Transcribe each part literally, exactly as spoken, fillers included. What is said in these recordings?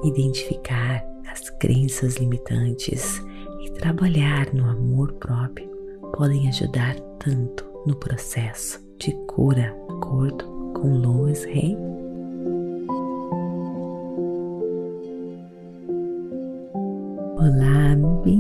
Identificar as crenças limitantes e trabalhar no amor próprio podem ajudar tanto no processo de cura, de acordo com Louise Hay. Olá,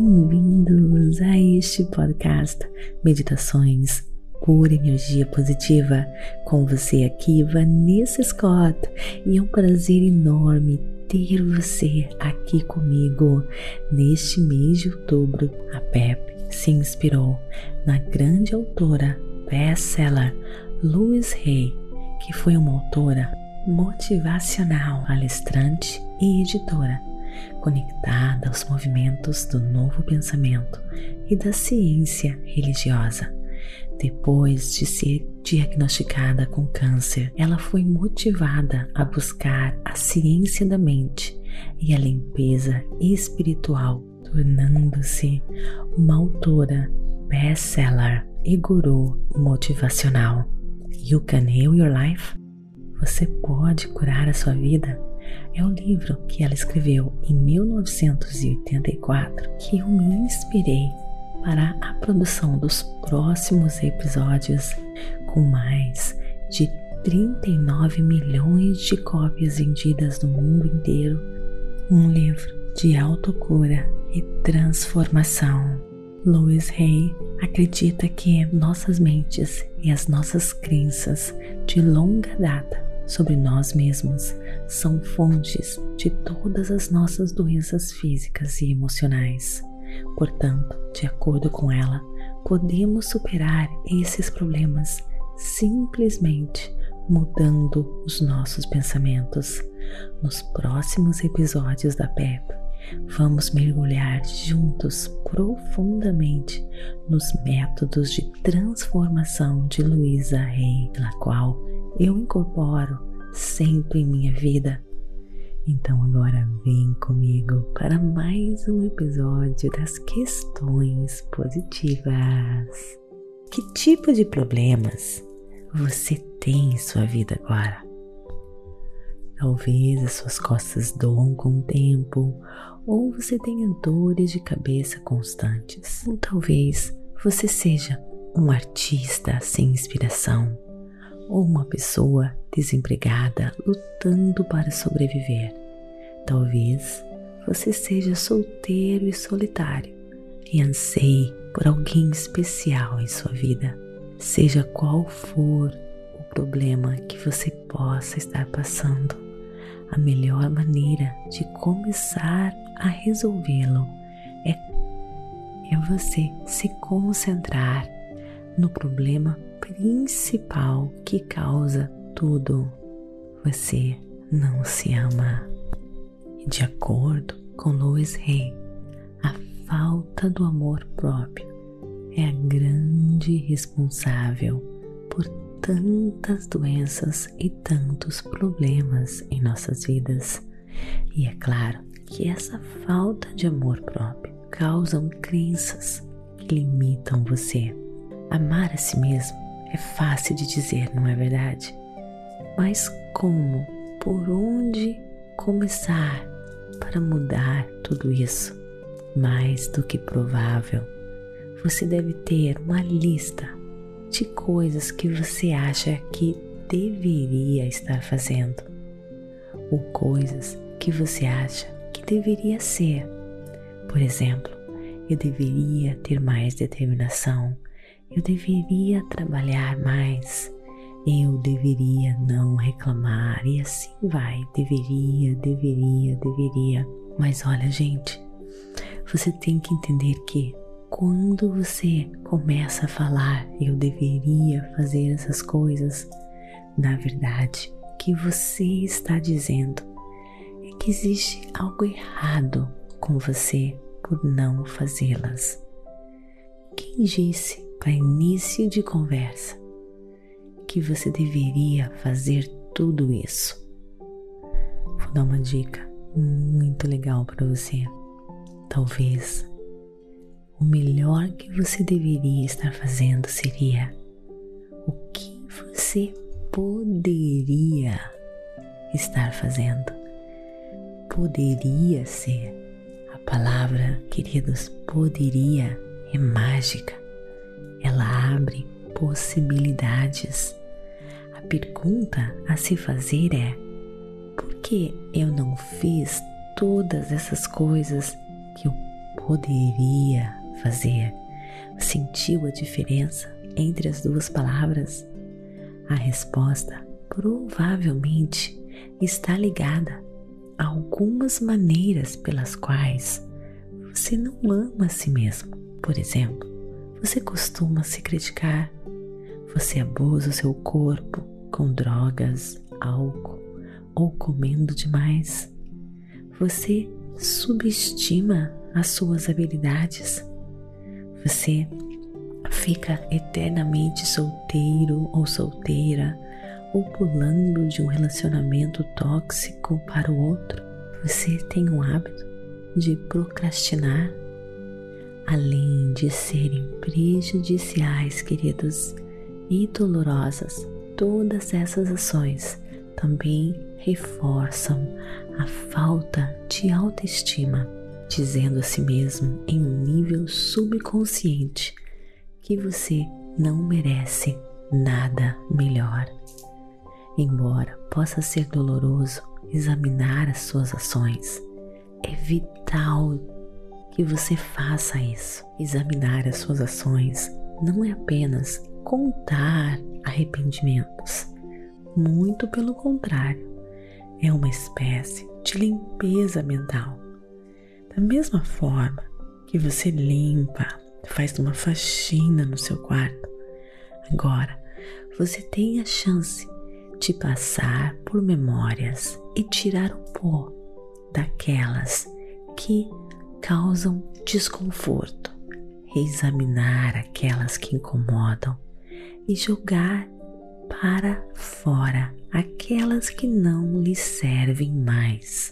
bem-vindos a este podcast Meditações Pura Energia Positiva. Com você aqui, Vanessa Scott, e é um prazer enorme ter você aqui comigo. Neste mês de outubro, a Pepe se inspirou na grande autora best-seller Louise Hay, que foi uma autora motivacional, palestrante e editora, conectada aos movimentos do novo pensamento e da ciência religiosa. Depois de ser diagnosticada com câncer, ela foi motivada a buscar a ciência da mente e a limpeza espiritual, tornando-se uma autora best-seller e guru motivacional. You Can Heal Your Life? Você pode curar a sua vida? É o livro que ela escreveu em mil novecentos e oitenta e quatro que eu me inspirei para a produção dos próximos episódios, com mais de trinta e nove milhões de cópias vendidas no mundo inteiro. Um livro de autocura e transformação. Louise Hay acredita que nossas mentes e as nossas crenças de longa data sobre nós mesmos são fontes de todas as nossas doenças físicas e emocionais. Portanto, de acordo com ela, podemos superar esses problemas simplesmente mudando os nossos pensamentos. Nos próximos episódios da P E P, vamos mergulhar juntos profundamente nos métodos de transformação de Louise Hay, na qual eu incorporo sempre em minha vida. Então agora vem comigo para mais um episódio das questões positivas. Que tipo de problemas você tem em sua vida agora? Talvez as suas costas doam com o tempo, ou você tenha dores de cabeça constantes, ou talvez você seja um artista sem inspiração, ou uma pessoa desempregada lutando para sobreviver. Talvez você seja solteiro e solitário e anseie por alguém especial em sua vida. Seja qual for o problema que você possa estar passando, a melhor maneira de começar a resolvê-lo é, é você se concentrar no problema principal que causa tudo. Você não se ama. E de acordo com Louise Hay, a falta do amor próprio é a grande responsável por tantas doenças e tantos problemas em nossas vidas. E é claro que essa falta de amor próprio causa crenças que limitam você. Amar a si mesmo é fácil de dizer, não é verdade? Mas como? Por onde começar para mudar tudo isso? Mais do que provável, você deve ter uma lista de coisas que você acha que deveria estar fazendo, ou coisas que você acha que deveria ser. Por exemplo, eu deveria ter mais determinação, eu deveria trabalhar mais, eu deveria não reclamar, e assim vai, deveria, deveria, deveria. Mas olha, gente, você tem que entender que quando você começa a falar eu deveria fazer essas coisas, na verdade, o que você está dizendo é que existe algo errado com você por não fazê-las. Quem disse para início de conversa que você deveria fazer tudo isso? Vou dar uma dica muito legal para você. Talvez o melhor que você deveria estar fazendo seria o que você poderia estar fazendo. poderia ser. A palavra, queridos, poderia é mágica. Ela abre possibilidades. A pergunta a se fazer é: por que eu não fiz todas essas coisas que eu poderia fazer? Sentiu a diferença entre as duas palavras? A resposta provavelmente está ligada a algumas maneiras pelas quais você não ama a si mesmo. Por exemplo, você costuma se criticar, você abusa o seu corpo com drogas, álcool ou comendo demais, você subestima as suas habilidades, você fica eternamente solteiro ou solteira, ou pulando de um relacionamento tóxico para o outro. Você tem o hábito de procrastinar. Além de serem prejudiciais, queridos, e dolorosas, todas essas ações também reforçam a falta de autoestima, dizendo a si mesmo em um nível subconsciente que você não merece nada melhor. Embora possa ser doloroso examinar as suas ações, é vital que você faça isso. Examinar as suas ações não é apenas contar arrependimentos, muito pelo contrário, é uma espécie de limpeza mental. Da mesma forma que você limpa, faz uma faxina no seu quarto, agora você tem a chance de passar por memórias e tirar o pó daquelas que causam desconforto, reexaminar aquelas que incomodam e jogar para fora aquelas que não lhe servem mais.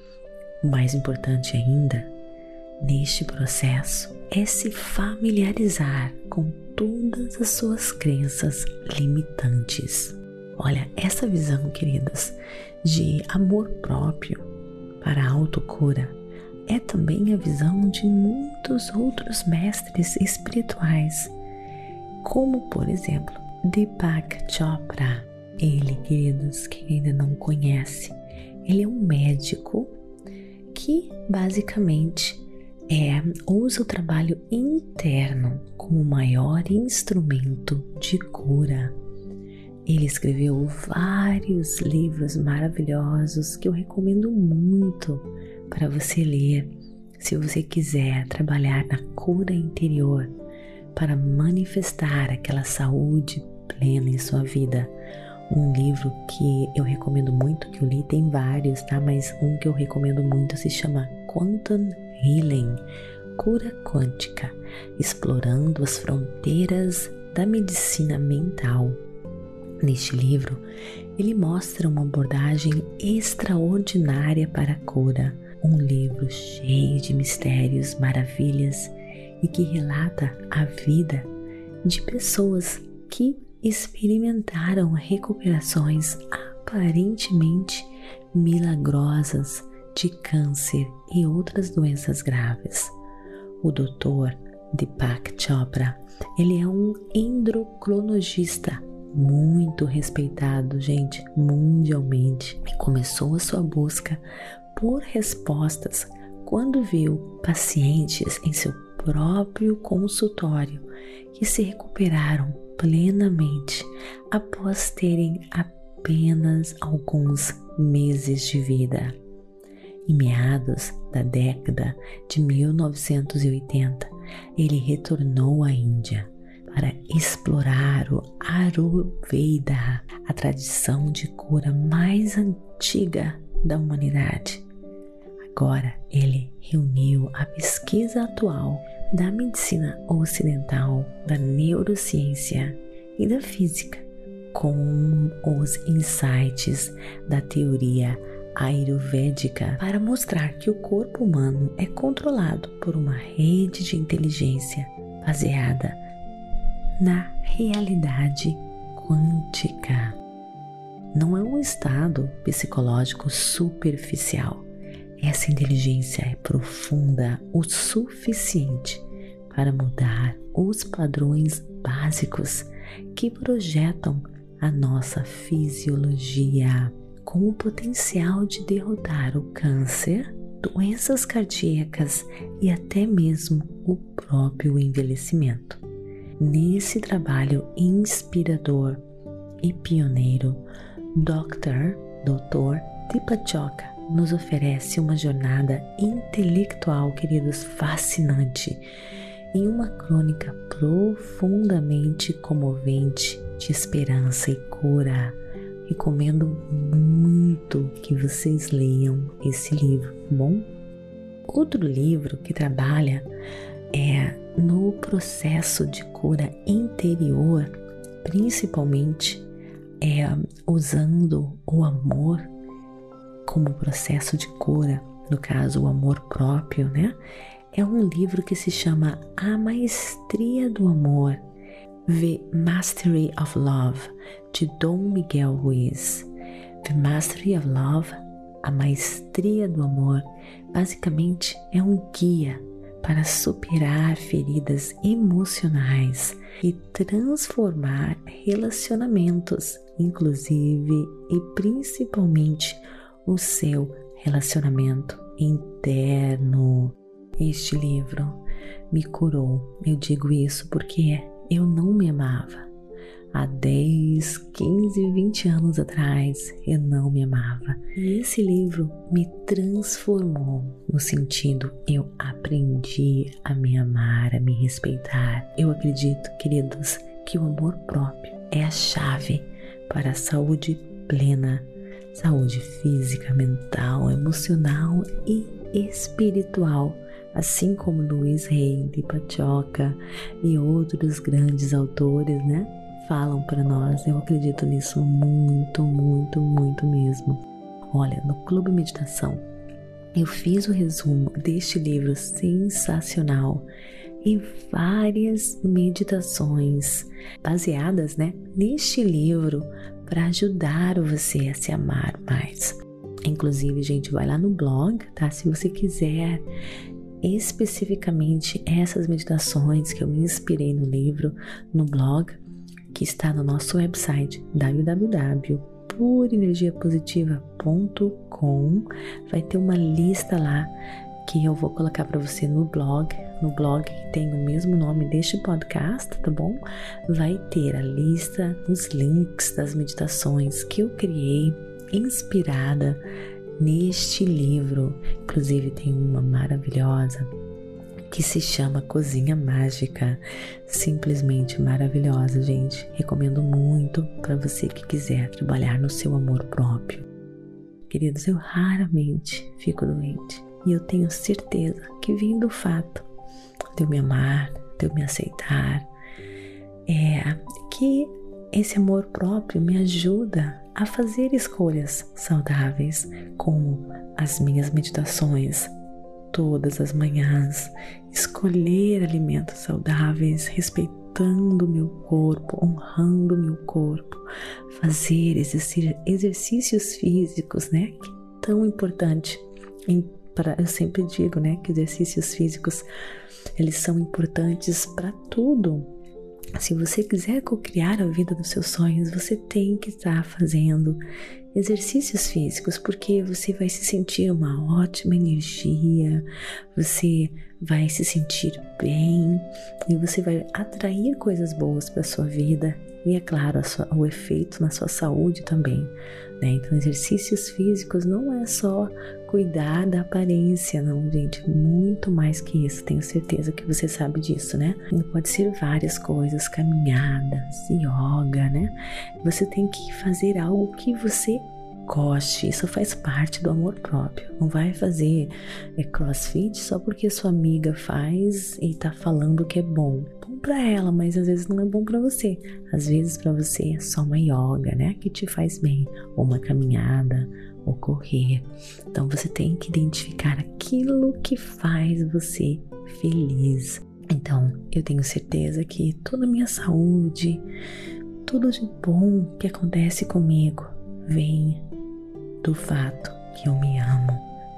O mais importante ainda neste processo é se familiarizar com todas as suas crenças limitantes. Olha, essa visão, queridas, de amor próprio para a autocura é também a visão de muitos outros mestres espirituais, como, por exemplo, Deepak Chopra. Ele, queridos, quem ainda não conhece, ele é um médico que basicamente é, usa o trabalho interno como o maior instrumento de cura. Ele escreveu vários livros maravilhosos que eu recomendo muito para você ler, se você quiser trabalhar na cura interior para manifestar aquela saúde plena em sua vida. Um livro que eu recomendo muito, que eu li, tem vários, tá? Mas um que eu recomendo muito se chama Quantum Healing, Cura Quântica, explorando as fronteiras da medicina mental. Neste livro, ele mostra uma abordagem extraordinária para a cura, um livro cheio de mistérios, maravilhas e que relata a vida de pessoas que experimentaram recuperações aparentemente milagrosas de câncer e outras doenças graves. O doutor Deepak Chopra, ele é um endocrinologista muito respeitado, gente, mundialmente, e começou a sua busca por respostas quando viu pacientes em seu próprio consultório que se recuperaram plenamente após terem apenas alguns meses de vida. Em meados da década de mil novecentos e oitenta, ele retornou à Índia para explorar o Ayurveda, a tradição de cura mais antiga da humanidade. Agora ele reuniu a pesquisa atual da medicina ocidental, da neurociência e da física com os insights da teoria ayurvédica para mostrar que o corpo humano é controlado por uma rede de inteligência baseada na realidade quântica. Não é um estado psicológico superficial, essa inteligência é profunda o suficiente para mudar os padrões básicos que projetam a nossa fisiologia, com o potencial de derrotar o câncer, doenças cardíacas e até mesmo o próprio envelhecimento. Nesse trabalho inspirador e pioneiro, doutor doutor Deepak Chopra nos oferece uma jornada intelectual, queridos, fascinante, em uma crônica profundamente comovente de esperança e cura. Recomendo muito que vocês leiam esse livro, tá bom? Outro livro que trabalha é no processo de cura interior, principalmente é usando o amor como processo de cura, no caso o amor próprio, né? É um livro que se chama A Maestria do Amor, The Mastery of Love, de Dom Miguel Ruiz. The Mastery of Love, A Maestria do Amor, basicamente é um guia para superar feridas emocionais e transformar relacionamentos, inclusive e principalmente o seu relacionamento interno. Este livro me curou. Eu digo isso porque eu não me amava. Há dez, quinze, vinte anos atrás eu não me amava. E esse livro me transformou no sentido, eu aprendi a me amar, a me respeitar. Eu acredito, queridos, que o amor próprio é a chave para a saúde plena, saúde física, mental, emocional e espiritual. Assim como Louise Hay, Deepak Chopra e outros grandes autores, né, falam para nós. Eu acredito nisso muito, muito, muito mesmo. Olha, no Clube Meditação, eu fiz o resumo deste livro sensacional e várias meditações baseadas, né, neste livro para ajudar você a se amar mais. Inclusive, gente, vai lá no blog, tá? Se você quiser especificamente essas meditações que eu me inspirei no livro, no blog, que está no nosso website w w w ponto pura energia positiva ponto com. Vai ter uma lista lá que eu vou colocar para você no blog, no blog que tem o mesmo nome deste podcast, tá bom? Vai ter a lista, os links das meditações que eu criei, inspirada neste livro. Inclusive tem uma maravilhosa que se chama Cozinha Mágica, simplesmente maravilhosa, gente. Recomendo muito para você que quiser trabalhar no seu amor próprio. Queridos, eu raramente fico doente e eu tenho certeza que vem do fato de eu me amar, de eu me aceitar, é que esse amor próprio me ajuda a fazer escolhas saudáveis, como as minhas meditações todas as manhãs, escolher alimentos saudáveis, respeitando o meu corpo, honrando o meu corpo, fazer exercícios físicos, né, que é tão importante. Pra, eu sempre digo, né, que exercícios físicos, eles são importantes para tudo. Se você quiser co-criar a vida dos seus sonhos, você tem que estar fazendo exercícios físicos, porque você vai se sentir uma ótima energia, você vai se sentir bem e você vai atrair coisas boas para a sua vida e, é claro, a sua, o efeito na sua saúde também, né? Então, exercícios físicos não é só cuidar da aparência, não, gente, muito mais que isso, tenho certeza que você sabe disso, né? Pode ser várias coisas, caminhadas, yoga, né? Você tem que fazer algo que você goste, isso faz parte do amor próprio. Não vai fazer é, crossfit só porque sua amiga faz e tá falando que é bom. É bom pra ela, mas às vezes não é bom pra você. Às vezes pra você é só uma yoga, né, que te faz bem, ou uma caminhada, ou correr. Então você tem que identificar aquilo que faz você feliz. Então eu tenho certeza que toda a minha saúde, tudo de bom que acontece comigo vem do fato que eu me amo.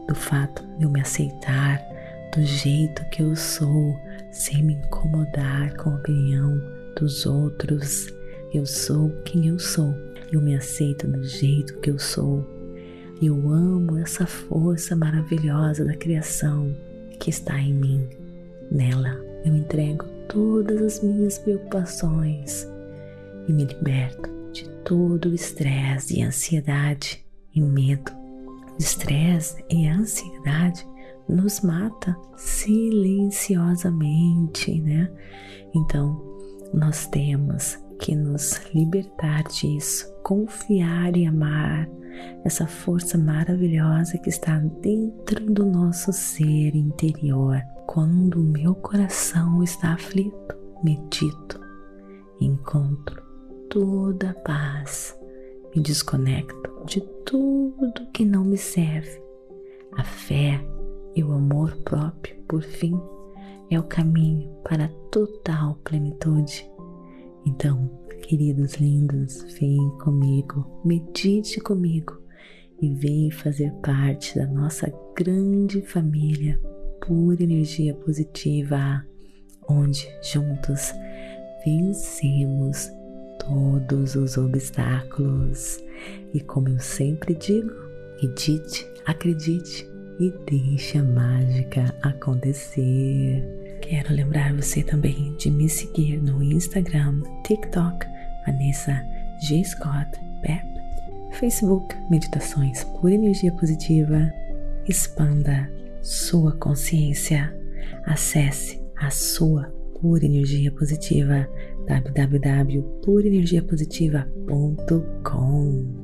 do fato de eu me aceitar do jeito que eu sou, sem me incomodar com a opinião dos outros. Eu sou quem eu sou, eu me aceito do jeito que eu sou. Eu amo essa força maravilhosa da criação que está em mim. Nela eu entrego todas as minhas preocupações e me liberto de todo o estresse e ansiedade e medo. O estresse e a ansiedade nos mata silenciosamente, né? Então, nós temos que nos libertar disso, confiar e amar essa força maravilhosa que está dentro do nosso ser interior. Quando o meu coração está aflito, medito, encontro toda a paz, me desconecto de tudo que não me serve. A fé e o amor próprio, por fim, é o caminho para a total plenitude. Então, queridos lindos, vem comigo, medite comigo e vem fazer parte da nossa grande família Pura Energia Positiva, onde juntos vencemos todos os obstáculos. E como eu sempre digo, medite, acredite e deixe a mágica acontecer. Quero lembrar você também de me seguir no Instagram, TikTok, Vanessa G. Scott Pep, Facebook, Meditações Pura Energia Positiva. Expanda sua consciência. Acesse a sua Pura Energia Positiva, w w w ponto pura energia positiva ponto com.